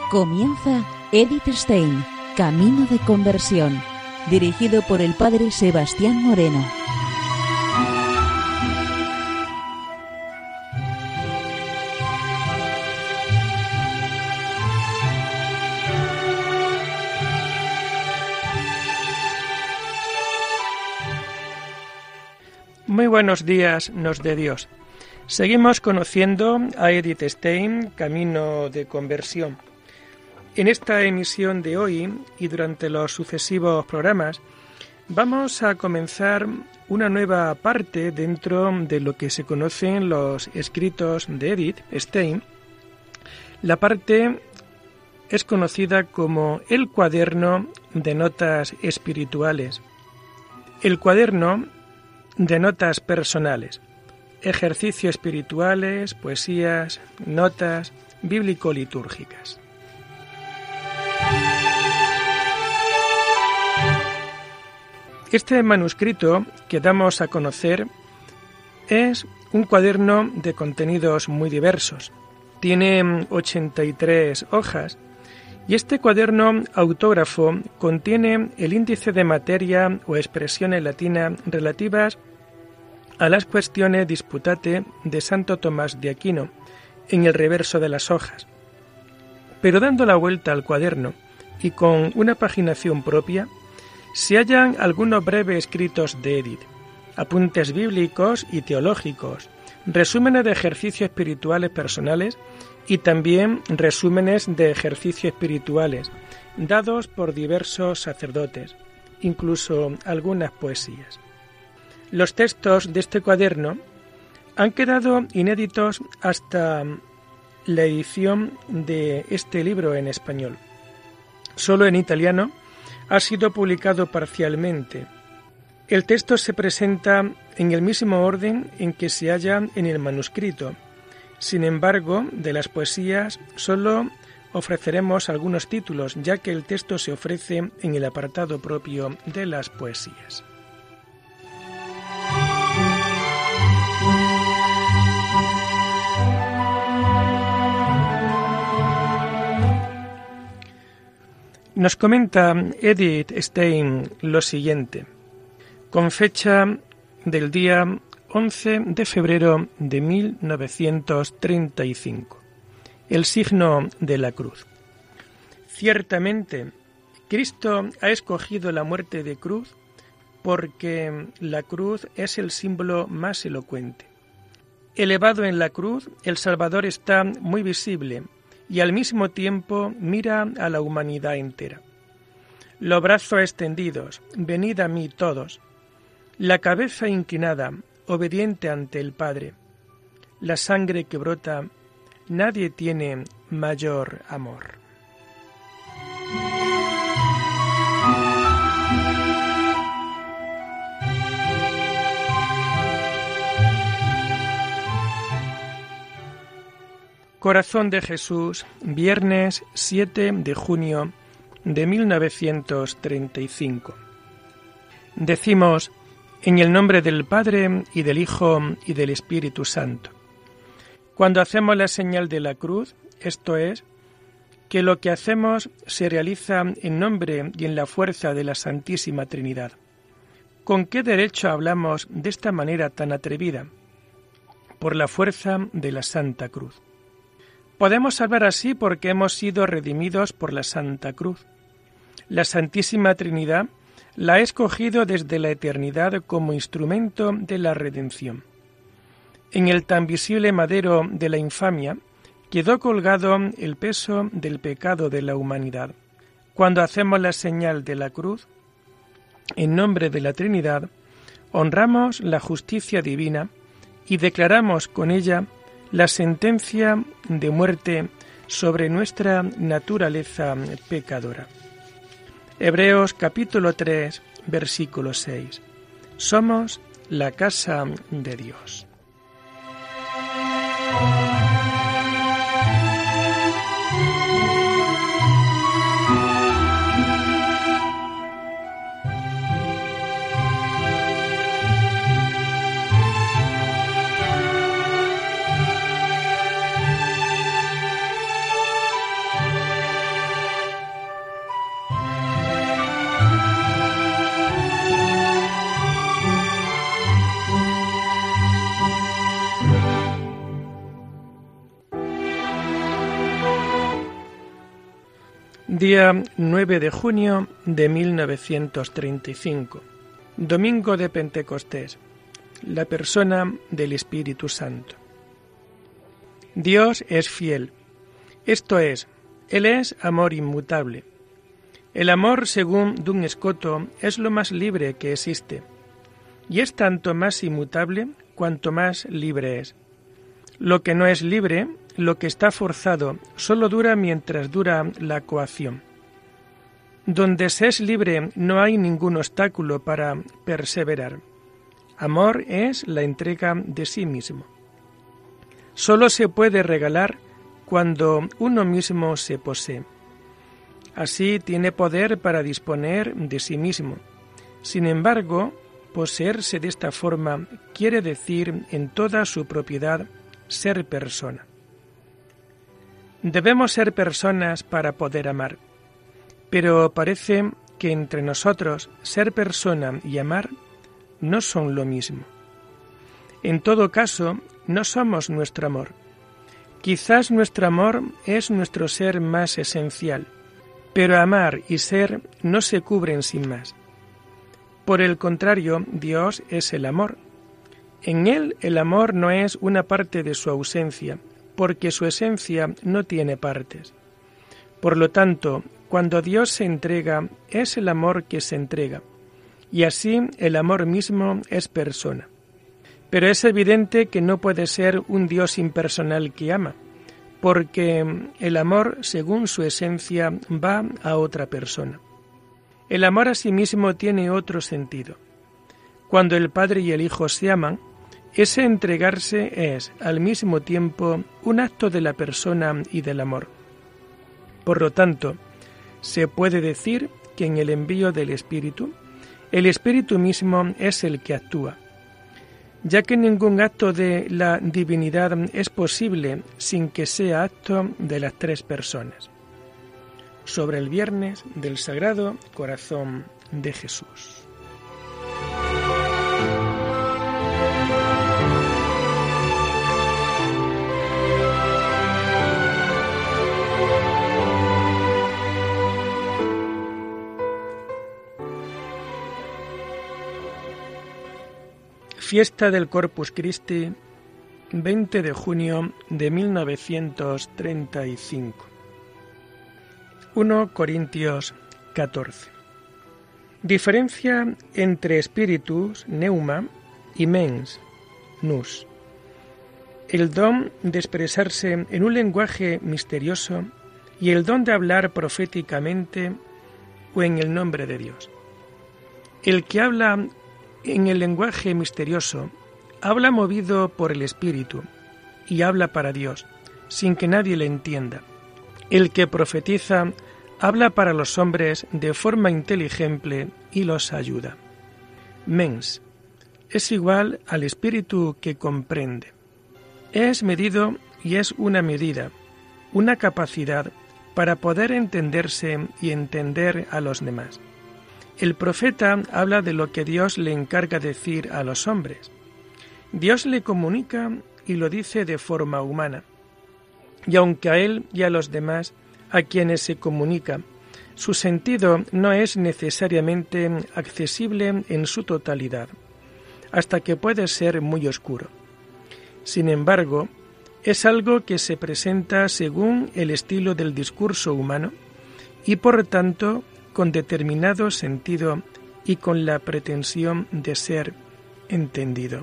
Comienza Edith Stein, Camino de Conversión, dirigido por el padre Sebastián Moreno. Muy buenos días, nos de Dios. Seguimos conociendo a Edith Stein, Camino de Conversión. En esta emisión de hoy y durante los sucesivos programas vamos a comenzar una nueva parte dentro de lo que se conocen los escritos de Edith Stein. La parte es conocida como el cuaderno de notas espirituales, el cuaderno de notas personales, ejercicios espirituales, poesías, notas bíblico-litúrgicas. Este manuscrito que damos a conocer es un cuaderno de contenidos muy diversos. Tiene 83 hojas y este cuaderno autógrafo contiene el índice de materia o expresiones latinas relativas a las cuestiones disputate de Santo Tomás de Aquino en el reverso de las hojas. Pero dando la vuelta al cuaderno y con una paginación propia, se hallan algunos breves escritos de Edith, apuntes bíblicos y teológicos, resúmenes de ejercicios espirituales personales y también resúmenes de ejercicios espirituales dados por diversos sacerdotes, incluso algunas poesías. Los textos de este cuaderno han quedado inéditos hasta la edición de este libro en español. Solo en italiano ha sido publicado parcialmente. El texto se presenta en el mismo orden en que se halla en el manuscrito. Sin embargo, de las poesías solo ofreceremos algunos títulos, ya que el texto se ofrece en el apartado propio de las poesías. Nos comenta Edith Stein lo siguiente, con fecha del día 11 de febrero de 1935. El signo de la cruz. Ciertamente, Cristo ha escogido la muerte de cruz porque la cruz es el símbolo más elocuente. Elevado en la cruz, el Salvador está muy visible y al mismo tiempo mira a la humanidad entera. Los brazos extendidos, venid a mí todos. La cabeza inclinada, obediente ante el Padre. La sangre que brota, nadie tiene mayor amor. Corazón de Jesús, viernes 7 de junio de 1935. Decimos, en el nombre del Padre, y del Hijo, y del Espíritu Santo. Cuando hacemos la señal de la cruz, esto es, que lo que hacemos se realiza en nombre y en la fuerza de la Santísima Trinidad. ¿Con qué derecho hablamos de esta manera tan atrevida? Por la fuerza de la Santa Cruz. Podemos hablar así porque hemos sido redimidos por la Santa Cruz. La Santísima Trinidad la ha escogido desde la eternidad como instrumento de la redención. En el tan visible madero de la infamia quedó colgado el peso del pecado de la humanidad. Cuando hacemos la señal de la cruz, en nombre de la Trinidad, honramos la justicia divina y declaramos con ella la sentencia de muerte sobre nuestra naturaleza pecadora. Hebreos capítulo 3, versículo 6. Somos la casa de Dios. Día 9 de junio de 1935, Domingo de Pentecostés, la persona del Espíritu Santo. Dios es fiel, esto es, Él es amor inmutable. El amor, según Duns Scotus, es lo más libre que existe, y es tanto más inmutable cuanto más libre es. Lo que no es libre, lo que está forzado, solo dura mientras dura la coacción. Donde se es libre no hay ningún obstáculo para perseverar. Amor es la entrega de sí mismo. Solo se puede regalar cuando uno mismo se posee. Así tiene poder para disponer de sí mismo. Sin embargo, poseerse de esta forma quiere decir en toda su propiedad ser persona. Debemos ser personas para poder amar, pero parece que entre nosotros ser persona y amar no son lo mismo. En todo caso, no somos nuestro amor. Quizás nuestro amor es nuestro ser más esencial, pero amar y ser no se cubren sin más. Por el contrario, Dios es el amor. En Él el amor no es una parte de su ausencia, porque su esencia no tiene partes. Por lo tanto, cuando Dios se entrega, es el amor que se entrega, y así el amor mismo es persona. Pero es evidente que no puede ser un Dios impersonal que ama, porque el amor, según su esencia, va a otra persona. El amor a sí mismo tiene otro sentido. Cuando el Padre y el Hijo se aman, ese entregarse es, al mismo tiempo, un acto de la persona y del amor. Por lo tanto, se puede decir que en el envío del Espíritu, el Espíritu mismo es el que actúa, ya que ningún acto de la divinidad es posible sin que sea acto de las tres personas. Sobre el viernes del Sagrado Corazón de Jesús. Fiesta del Corpus Christi, 20 de junio de 1935. 1 Corintios 14. Diferencia entre spiritus, pneuma, y mens, nous. El don de expresarse en un lenguaje misterioso y el don de hablar proféticamente o en el nombre de Dios. El que habla en el lenguaje misterioso habla movido por el Espíritu y habla para Dios, sin que nadie le entienda. El que profetiza habla para los hombres de forma inteligible y los ayuda. Mens es igual al espíritu que comprende. Es medido y es una medida, una capacidad para poder entenderse y entender a los demás. El profeta habla de lo que Dios le encarga decir a los hombres. Dios le comunica y lo dice de forma humana. Y aunque a él y a los demás a quienes se comunica, su sentido no es necesariamente accesible en su totalidad, hasta que puede ser muy oscuro. Sin embargo, es algo que se presenta según el estilo del discurso humano y por tanto con determinado sentido y con la pretensión de ser entendido.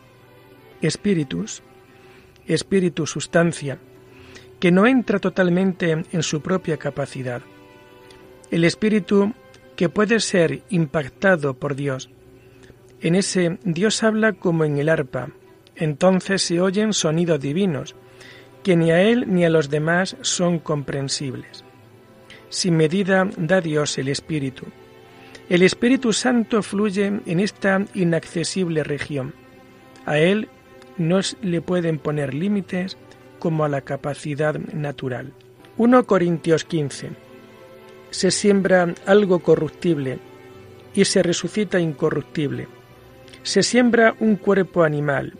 Espíritus, espíritu sustancia, que no entra totalmente en su propia capacidad. El espíritu que puede ser impactado por Dios. En ese Dios habla como en el arpa, entonces se oyen sonidos divinos, que ni a él ni a los demás son comprensibles. Sin medida da Dios el Espíritu. El Espíritu Santo fluye en esta inaccesible región. A él no le pueden poner límites como a la capacidad natural. 1 Corintios 15. Se siembra algo corruptible y se resucita incorruptible. Se siembra un cuerpo animal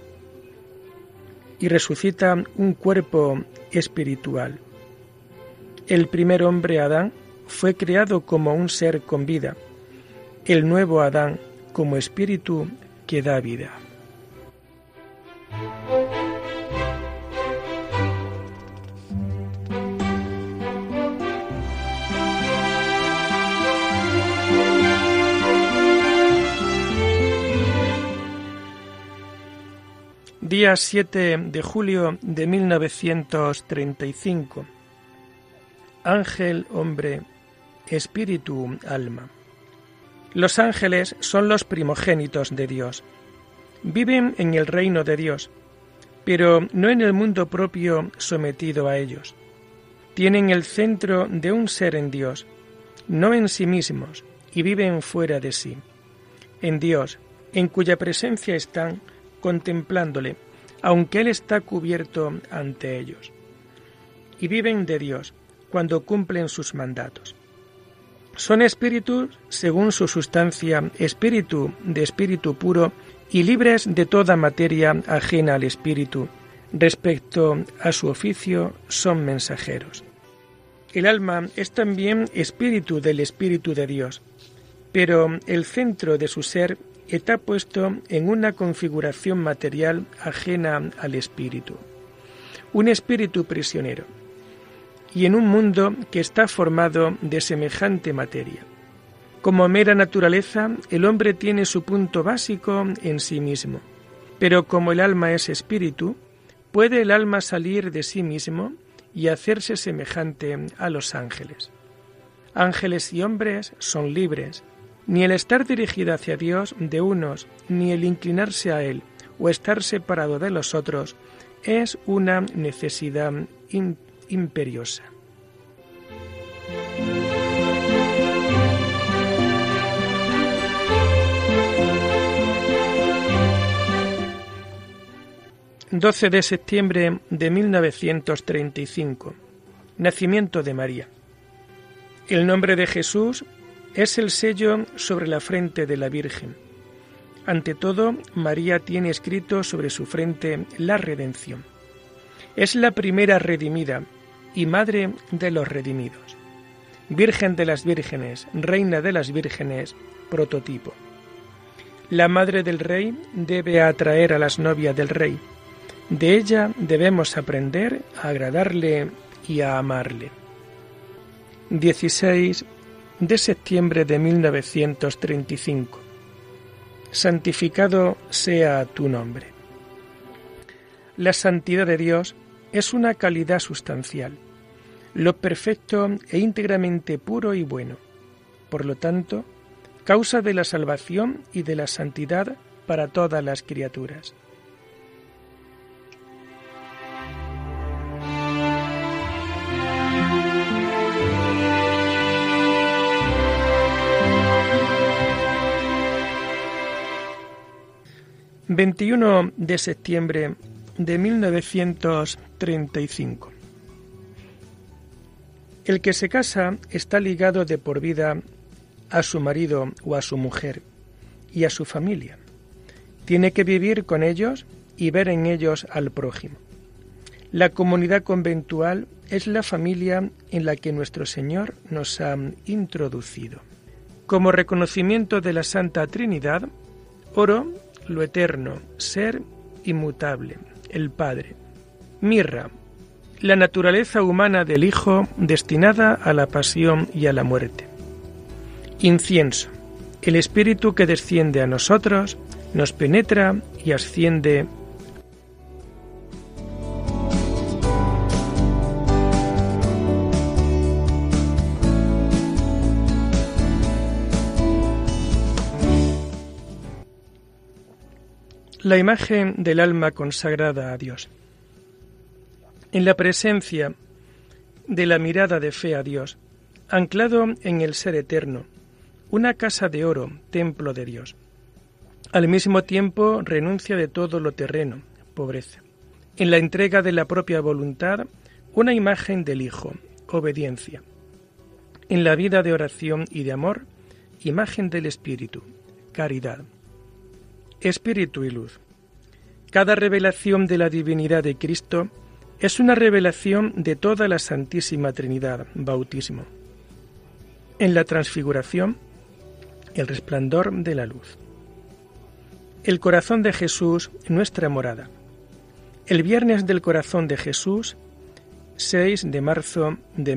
y resucita un cuerpo espiritual. El primer hombre, Adán, fue creado como un ser con vida, el nuevo Adán como espíritu que da vida. Día 7 de julio de 1935. Ángel, hombre, espíritu, alma. Los ángeles son los primogénitos de Dios. Viven en el reino de Dios, pero no en el mundo propio sometido a ellos. Tienen el centro de un ser en Dios, no en sí mismos, y viven fuera de sí. En Dios, en cuya presencia están, contemplándole, aunque Él está cubierto ante ellos. Y viven de Dios, cuando cumplen sus mandatos. Son espíritus según su sustancia, espíritu de espíritu puro y libres de toda materia ajena al espíritu. Respecto a su oficio, son mensajeros. El alma es también espíritu del Espíritu de Dios, pero el centro de su ser está puesto en una configuración material ajena al espíritu, un espíritu prisionero, y en un mundo que está formado de semejante materia. Como mera naturaleza, el hombre tiene su punto básico en sí mismo, pero como el alma es espíritu, puede el alma salir de sí mismo y hacerse semejante a los ángeles. Ángeles y hombres son libres. Ni el estar dirigido hacia Dios de unos, ni el inclinarse a Él o estar separado de los otros es una necesidad imperiosa. ...12 de septiembre de 1935... Nacimiento de María. El nombre de Jesús es el sello sobre la frente de la Virgen. Ante todo, María tiene escrito sobre su frente la redención. Es la primera redimida y madre de los redimidos. Virgen de las vírgenes, reina de las vírgenes, prototipo. La madre del rey debe atraer a las novias del rey. De ella debemos aprender a agradarle y a amarle. 16 de septiembre de 1935. Santificado sea tu nombre. La santidad de Dios es una calidad sustancial, lo perfecto e íntegramente puro y bueno, por lo tanto, causa de la salvación y de la santidad para todas las criaturas. ...21 de septiembre de 1935... El que se casa está ligado de por vida a su marido o a su mujer y a su familia. Tiene que vivir con ellos y ver en ellos al prójimo. La comunidad conventual es la familia en la que nuestro Señor nos ha introducido. Como reconocimiento de la Santa Trinidad, oro lo eterno, ser inmutable, el Padre. Mirra, la naturaleza humana del Hijo destinada a la pasión y a la muerte. Incienso, el Espíritu que desciende a nosotros, nos penetra y asciende. La imagen del alma consagrada a Dios. En la presencia de la mirada de fe a Dios, anclado en el ser eterno, una casa de oro, templo de Dios. Al mismo tiempo renuncia de todo lo terreno, pobreza. En la entrega de la propia voluntad, una imagen del Hijo, obediencia. En la vida de oración y de amor, imagen del Espíritu, caridad. Espíritu y luz. Cada revelación de la divinidad de Cristo es una revelación de toda la Santísima Trinidad, bautismo. en la transfiguración, el resplandor de la luz. El corazón de Jesús, nuestra morada. El viernes del corazón de Jesús, 6 de marzo de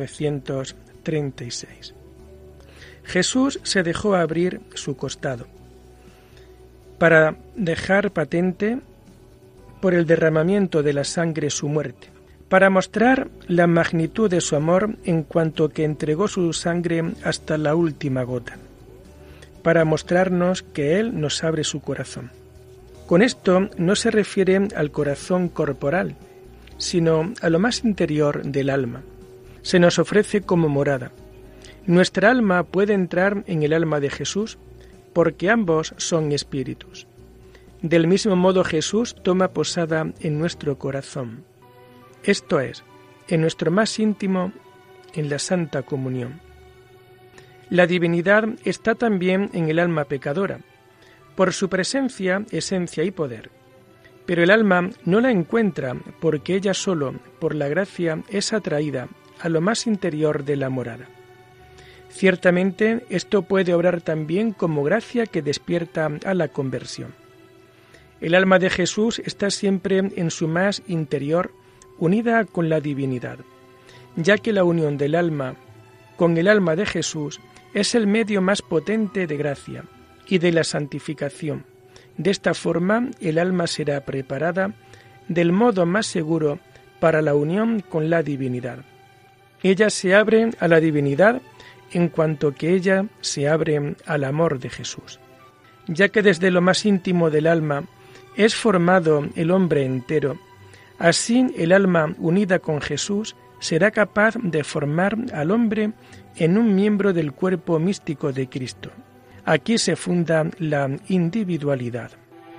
1936. Jesús se dejó abrir su costado para dejar patente por el derramamiento de la sangre su muerte, para mostrar la magnitud de su amor en cuanto que entregó su sangre hasta la última gota, para mostrarnos que Él nos abre su corazón. Con esto no se refiere al corazón corporal, sino a lo más interior del alma. Se nos ofrece como morada. Nuestra alma puede entrar en el alma de Jesús porque ambos son espíritus. Del mismo modo Jesús toma posada en nuestro corazón. Esto es, en nuestro más íntimo, en la Santa Comunión. La divinidad está también en el alma pecadora, por su presencia, esencia y poder. Pero el alma no la encuentra porque ella solo, por la gracia, es atraída a lo más interior de la morada. Ciertamente, esto puede obrar también como gracia que despierta a la conversión. El alma de Jesús está siempre en su más interior, unida con la divinidad, ya que la unión del alma con el alma de Jesús es el medio más potente de gracia y de la santificación. De esta forma, el alma será preparada del modo más seguro para la unión con la divinidad. Ella se abre a la divinidad en cuanto que ella se abre al amor de Jesús, ya que desde lo más íntimo del alma es formado el hombre entero. Así el alma unida con Jesús será capaz de formar al hombre en un miembro del cuerpo místico de Cristo. Aquí se funda la individualidad.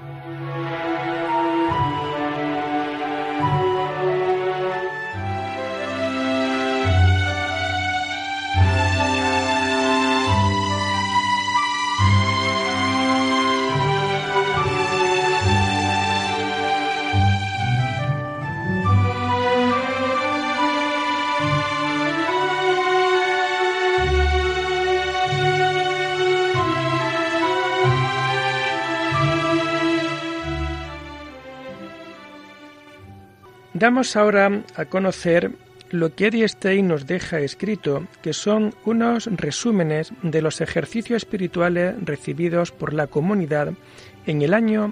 Damos ahora a conocer lo que Eddy Stein nos deja escrito, que son unos resúmenes de los ejercicios espirituales recibidos por la comunidad en el año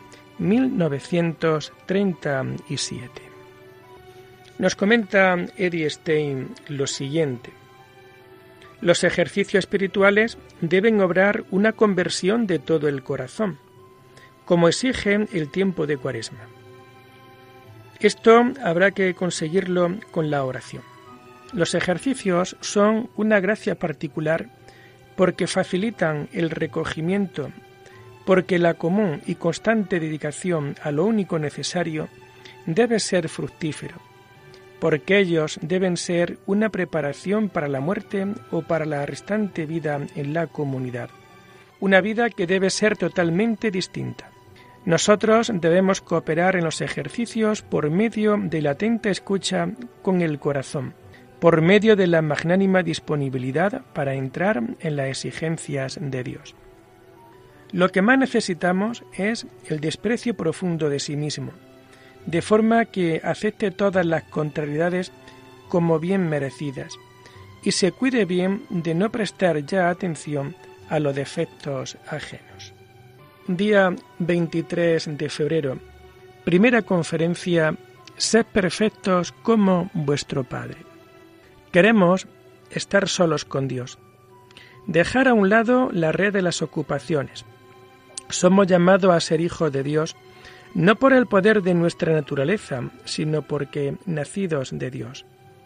1937. Nos comenta Eddy Stein lo siguiente: los ejercicios espirituales deben obrar una conversión de todo el corazón, como exige el tiempo de Cuaresma. Esto habrá que conseguirlo con la oración. Los ejercicios son una gracia particular porque facilitan el recogimiento, porque la común y constante dedicación a lo único necesario debe ser fructífero, porque ellos deben ser una preparación para la muerte o para la restante vida en la comunidad, una vida que debe ser totalmente distinta. Nosotros debemos cooperar en los ejercicios por medio de la atenta escucha con el corazón, por medio de la magnánima disponibilidad para entrar en las exigencias de Dios. Lo que más necesitamos es el desprecio profundo de sí mismo, de forma que acepte todas las contrariedades como bien merecidas y se cuide bien de no prestar ya atención a los defectos ajenos. Día 23 de febrero. Primera conferencia. Sed perfectos como vuestro Padre. Queremos estar solos con Dios. Dejar a un lado la red de las ocupaciones. Somos llamados a ser hijos de Dios, no por el poder de nuestra naturaleza, sino porque nacidos de Dios.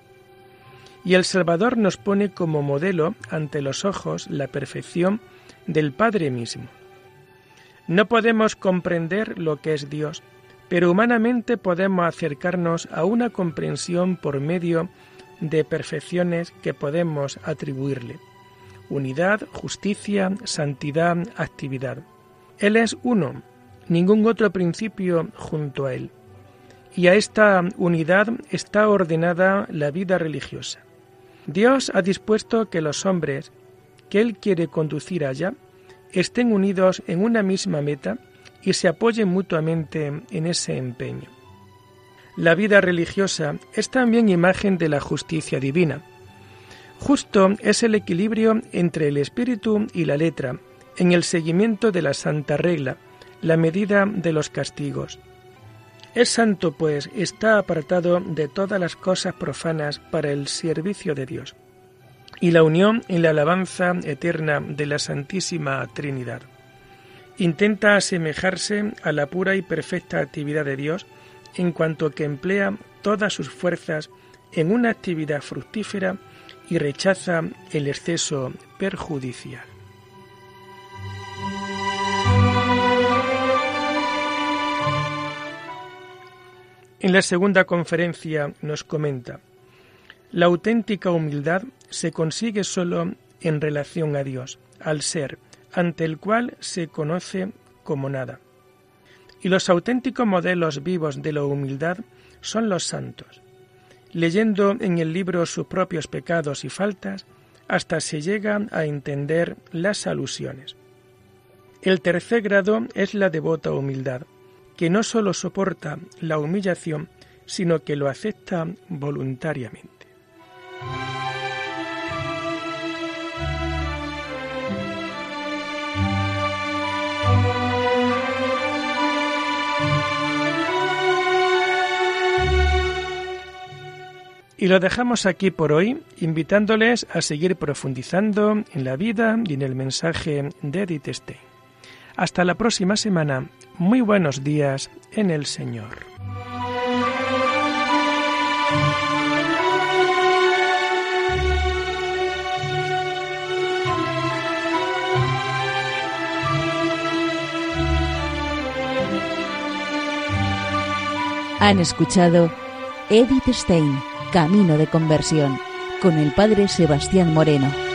Y el Salvador nos pone como modelo ante los ojos la perfección del Padre mismo. No podemos comprender lo que es Dios, pero humanamente podemos acercarnos a una comprensión por medio de perfecciones que podemos atribuirle: unidad, justicia, santidad, actividad. Él es uno, ningún otro principio junto a Él. Y a esta unidad está ordenada la vida religiosa. Dios ha dispuesto que los hombres, que Él quiere conducir allá, estén unidos en una misma meta y se apoyen mutuamente en ese empeño. La vida religiosa es también imagen de la justicia divina. Justo es el equilibrio entre el espíritu y la letra, en el seguimiento de la santa regla, la medida de los castigos. Es santo, pues está apartado de todas las cosas profanas para el servicio de Dios y la unión en la alabanza eterna de la Santísima Trinidad. Intenta asemejarse a la pura y perfecta actividad de Dios en cuanto que emplea todas sus fuerzas en una actividad fructífera y rechaza el exceso perjudicial. En la segunda conferencia nos comenta: la auténtica humildad se consigue solo en relación a Dios, al ser, ante el cual se conoce como nada. Y los auténticos modelos vivos de la humildad son los santos, leyendo en el libro sus propios pecados y faltas hasta se llega a entender las alusiones. El tercer grado es la devota humildad, que no solo soporta la humillación, sino que lo acepta voluntariamente. Y lo dejamos aquí por hoy, invitándoles a seguir profundizando en la vida y en el mensaje de Edith Stein. Hasta la próxima semana. Muy buenos días en el Señor. Han escuchado Edith Stein, Camino de Conversión, con el Padre Sebastián Moreno.